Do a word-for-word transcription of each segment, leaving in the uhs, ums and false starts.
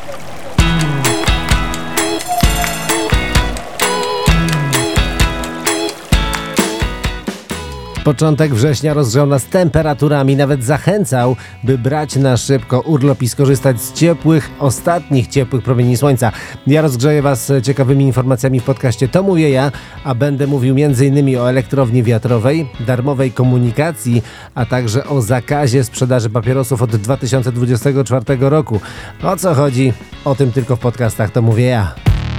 Początek września rozgrzał nas temperaturami, nawet zachęcał, by brać na szybko urlop i skorzystać z ciepłych, ostatnich ciepłych promieni słońca. Ja rozgrzeję Was ciekawymi informacjami w podcaście To Mówię Ja, a będę mówił m.in. o elektrowni wiatrowej, darmowej komunikacji, a także o zakazie sprzedaży papierosów od dwa tysiące dwudziestego czwartego roku. O co chodzi? O tym tylko w podcastach To Mówię Ja.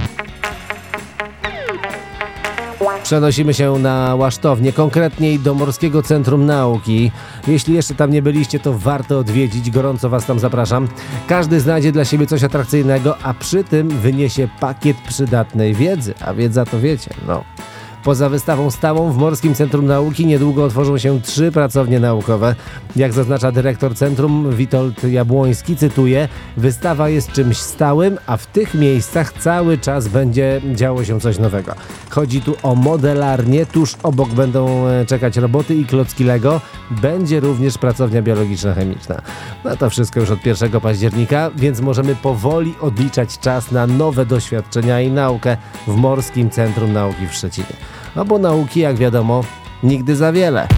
Przenosimy się na Łasztownię, konkretniej do Morskiego Centrum Nauki. Jeśli jeszcze tam nie byliście, to warto odwiedzić, gorąco Was tam zapraszam. Każdy znajdzie dla siebie coś atrakcyjnego, a przy tym wyniesie pakiet przydatnej wiedzy. A wiedza to wiecie, no. Poza wystawą stałą w Morskim Centrum Nauki niedługo otworzą się trzy pracownie naukowe. Jak zaznacza dyrektor centrum Witold Jabłoński, cytuję: wystawa jest czymś stałym, a w tych miejscach cały czas będzie działo się coś nowego. Chodzi tu o modelarnię, tuż obok będą czekać roboty i klocki Lego. Będzie również pracownia biologiczno-chemiczna. No to wszystko już od pierwszego października, więc możemy powoli odliczać czas na nowe doświadczenia i naukę w Morskim Centrum Nauki w Szczecinie. No bo nauki, jak wiadomo, nigdy za wiele.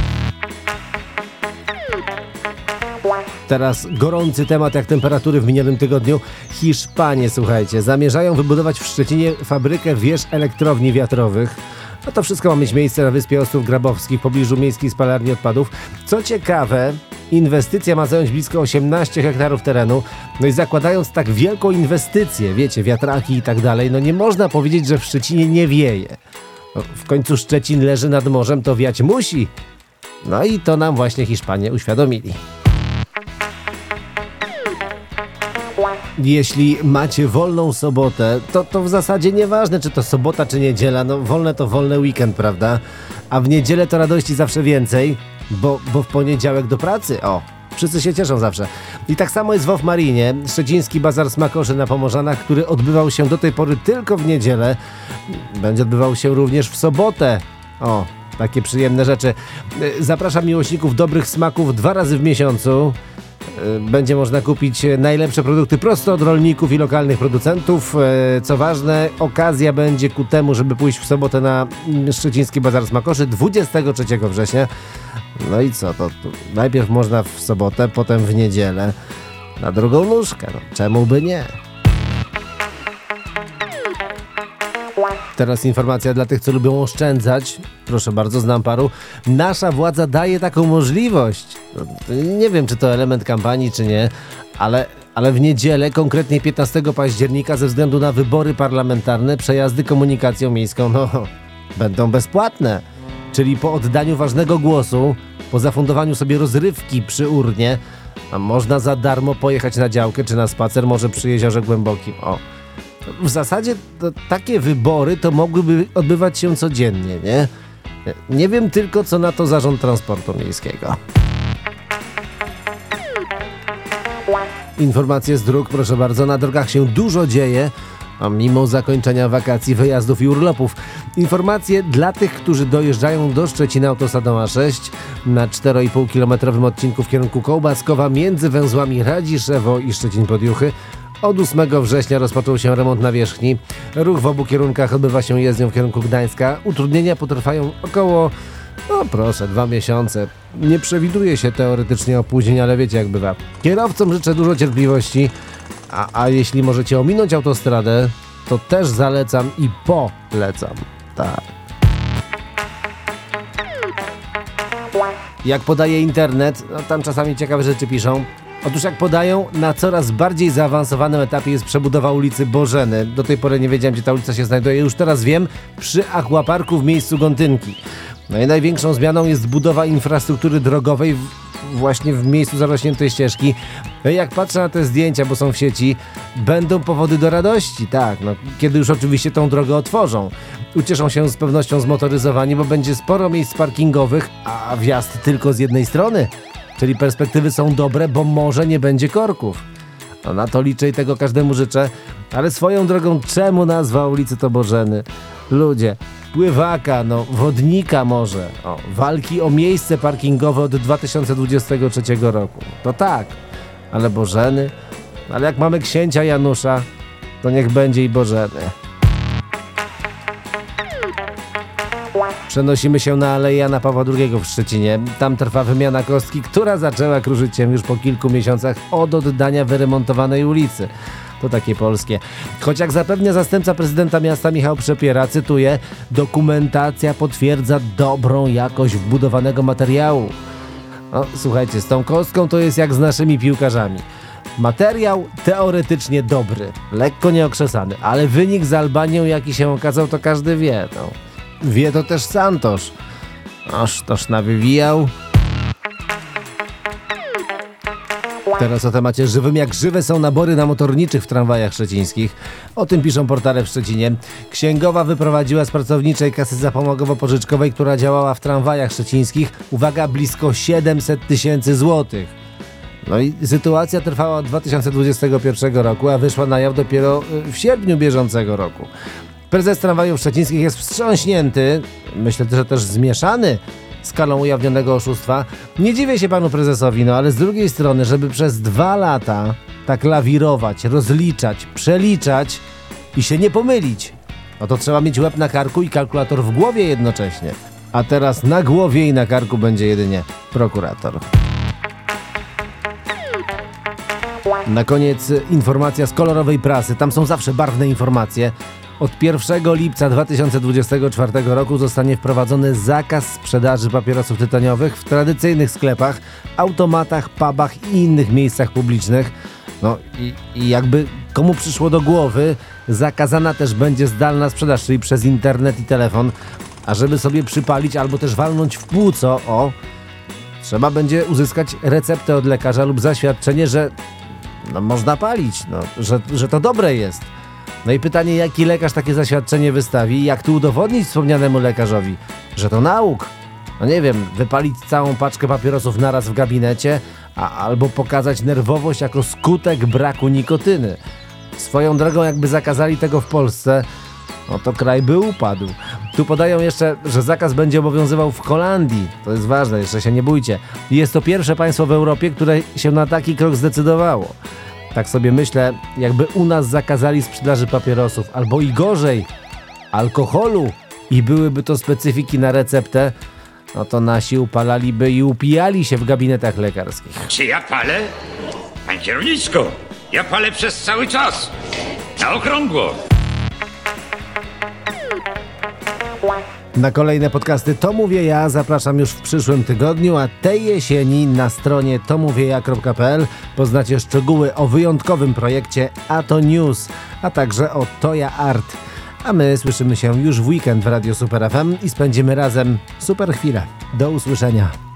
Teraz gorący temat jak temperatury w minionym tygodniu. Hiszpanie, słuchajcie, zamierzają wybudować w Szczecinie fabrykę wież elektrowni wiatrowych. No to wszystko ma mieć miejsce na wyspie Ostrów Grabowskich w pobliżu miejskiej spalarni odpadów. Co ciekawe, inwestycja ma zająć blisko osiemnaście hektarów terenu. No i zakładając tak wielką inwestycję, wiecie, wiatraki i tak dalej, no nie można powiedzieć, że w Szczecinie nie wieje. No, w końcu Szczecin leży nad morzem, to wiać musi. No i to nam właśnie Hiszpanie uświadomili. Jeśli macie wolną sobotę, to, to w zasadzie nieważne, czy to sobota, czy niedziela. No wolne to wolny weekend, prawda? A w niedzielę to radości zawsze więcej, bo, bo w poniedziałek do pracy, o, wszyscy się cieszą zawsze. I tak samo jest w Off-Marinie, szczeciński bazar smakoszy na Pomorzanach, który odbywał się do tej pory tylko w niedzielę. Będzie odbywał się również w sobotę. O, takie przyjemne rzeczy. Zapraszam miłośników dobrych smaków dwa razy w miesiącu. Będzie można kupić najlepsze produkty prosto od rolników i lokalnych producentów. Co ważne, okazja będzie ku temu, żeby pójść w sobotę na szczeciński bazar smakoszy dwudziestego trzeciego września. No i co, to, to najpierw można w sobotę, potem w niedzielę na drugą nóżkę. No, czemu by nie? Teraz informacja dla tych, co lubią oszczędzać. Proszę bardzo, znam paru. Nasza władza daje taką możliwość. Nie wiem, czy to element kampanii, czy nie, ale, ale w niedzielę, konkretnie piętnastego października, ze względu na wybory parlamentarne, przejazdy komunikacją miejską no, będą bezpłatne. Czyli po oddaniu ważnego głosu, po zafundowaniu sobie rozrywki przy urnie, a można za darmo pojechać na działkę czy na spacer, może przy Jeziorze Głębokim. O. W zasadzie to takie wybory to mogłyby odbywać się codziennie, nie? Nie wiem tylko, co na to Zarząd Transportu Miejskiego. Informacje z dróg, proszę bardzo. Na drogach się dużo dzieje, a mimo zakończenia wakacji, wyjazdów i urlopów. Informacje dla tych, którzy dojeżdżają do Szczecina autostradą A sześć na cztery i pół kilometrowym odcinku w kierunku Kołbaskowa między węzłami Radziszewo i Szczecin-pod-Juchy. Od ósmego września rozpoczął się remont nawierzchni. Ruch w obu kierunkach odbywa się jezdnią w kierunku Gdańska. Utrudnienia potrwają około, no proszę, dwa miesiące. Nie przewiduje się teoretycznie opóźnień, ale wiecie jak bywa. Kierowcom życzę dużo cierpliwości, a, a jeśli możecie ominąć autostradę, to też zalecam i polecam. Tak. Jak podaje internet, no tam czasami ciekawe rzeczy piszą. Otóż jak podają, na coraz bardziej zaawansowanym etapie jest przebudowa ulicy Bożeny. Do tej pory nie wiedziałem, gdzie ta ulica się znajduje. Już teraz wiem, przy Aquaparku w miejscu Gontynki. No i największą zmianą jest budowa infrastruktury drogowej w, właśnie w miejscu zarośniętej ścieżki. No i jak patrzę na te zdjęcia, bo są w sieci, będą powody do radości, tak, no, kiedy już oczywiście tą drogę otworzą. Ucieszą się z pewnością zmotoryzowani, bo będzie sporo miejsc parkingowych, a wjazd tylko z jednej strony. Czyli perspektywy są dobre, bo może nie będzie korków. No na to liczę i tego każdemu życzę. Ale swoją drogą, czemu nazwa ulicy to Bożeny? Ludzie, pływaka, no wodnika może. O, walki o miejsce parkingowe od dwa tysiące dwudziestego trzeciego roku. To tak, ale Bożeny? Ale jak mamy księcia Janusza, to niech będzie i Bożeny. Przenosimy się na Aleję Jana Pawła drugiego w Szczecinie. Tam trwa wymiana kostki, która zaczęła kruszyć się już po kilku miesiącach od oddania wyremontowanej ulicy. To takie polskie. Choć jak zapewnia zastępca prezydenta miasta Michał Przepiera, cytuję, dokumentacja potwierdza dobrą jakość wbudowanego materiału. No słuchajcie, z tą kostką to jest jak z naszymi piłkarzami. Materiał teoretycznie dobry, lekko nieokrzesany, ale wynik z Albanią jaki się okazał, to każdy wie. No. Wie to też Santosz. Aż toż nawywijał. Teraz o temacie żywym. Jak żywe są nabory na motorniczych w tramwajach szczecińskich. O tym piszą portale w Szczecinie. Księgowa wyprowadziła z pracowniczej kasy zapomogowo-pożyczkowej, która działała w tramwajach szczecińskich, uwaga, blisko siedemset tysięcy złotych. No i sytuacja trwała od dwa tysiące dwudziestego pierwszego roku, a wyszła na jaw dopiero w sierpniu bieżącego roku. Prezes tramwajów szczecińskich jest wstrząśnięty, myślę, że też zmieszany skalą ujawnionego oszustwa. Nie dziwię się panu prezesowi, no ale z drugiej strony, żeby przez dwa lata tak lawirować, rozliczać, przeliczać i się nie pomylić, no to trzeba mieć łeb na karku i kalkulator w głowie jednocześnie. A teraz na głowie i na karku będzie jedynie prokurator. Na koniec informacja z kolorowej prasy. Tam są zawsze barwne informacje. Od pierwszego lipca dwa tysiące dwudziestego czwartego roku zostanie wprowadzony zakaz sprzedaży papierosów tytoniowych w tradycyjnych sklepach, automatach, pubach i innych miejscach publicznych. No i, i jakby komu przyszło do głowy, zakazana też będzie zdalna sprzedaż, czyli przez internet i telefon. A żeby sobie przypalić albo też walnąć w płuco, o, trzeba będzie uzyskać receptę od lekarza lub zaświadczenie, że no, można palić, no, że, że to dobre jest. No i pytanie, jaki lekarz takie zaświadczenie wystawi i jak tu udowodnić wspomnianemu lekarzowi, że to nauk. No nie wiem, wypalić całą paczkę papierosów naraz w gabinecie, a, albo pokazać nerwowość jako skutek braku nikotyny. Swoją drogą, jakby zakazali tego w Polsce, no to kraj by upadł. Tu podają jeszcze, że zakaz będzie obowiązywał w Holandii. To jest ważne, jeszcze się nie bójcie. Jest to pierwsze państwo w Europie, które się na taki krok zdecydowało. Tak sobie myślę, jakby u nas zakazali sprzedaży papierosów, albo i gorzej, alkoholu i byłyby to specyfiki na receptę, no to nasi upalaliby i upijali się w gabinetach lekarskich. Czy ja palę? Panie kierowniczko, ja palę przez cały czas. Na okrągło. Na kolejne podcasty To Mówię Ja zapraszam już w przyszłym tygodniu, a tej jesieni na stronie to mówię ja kropka p l poznacie szczegóły o wyjątkowym projekcie A to News, a także o Toya Art. A my słyszymy się już w weekend w Radiu Super F M i spędzimy razem super chwilę. Do usłyszenia.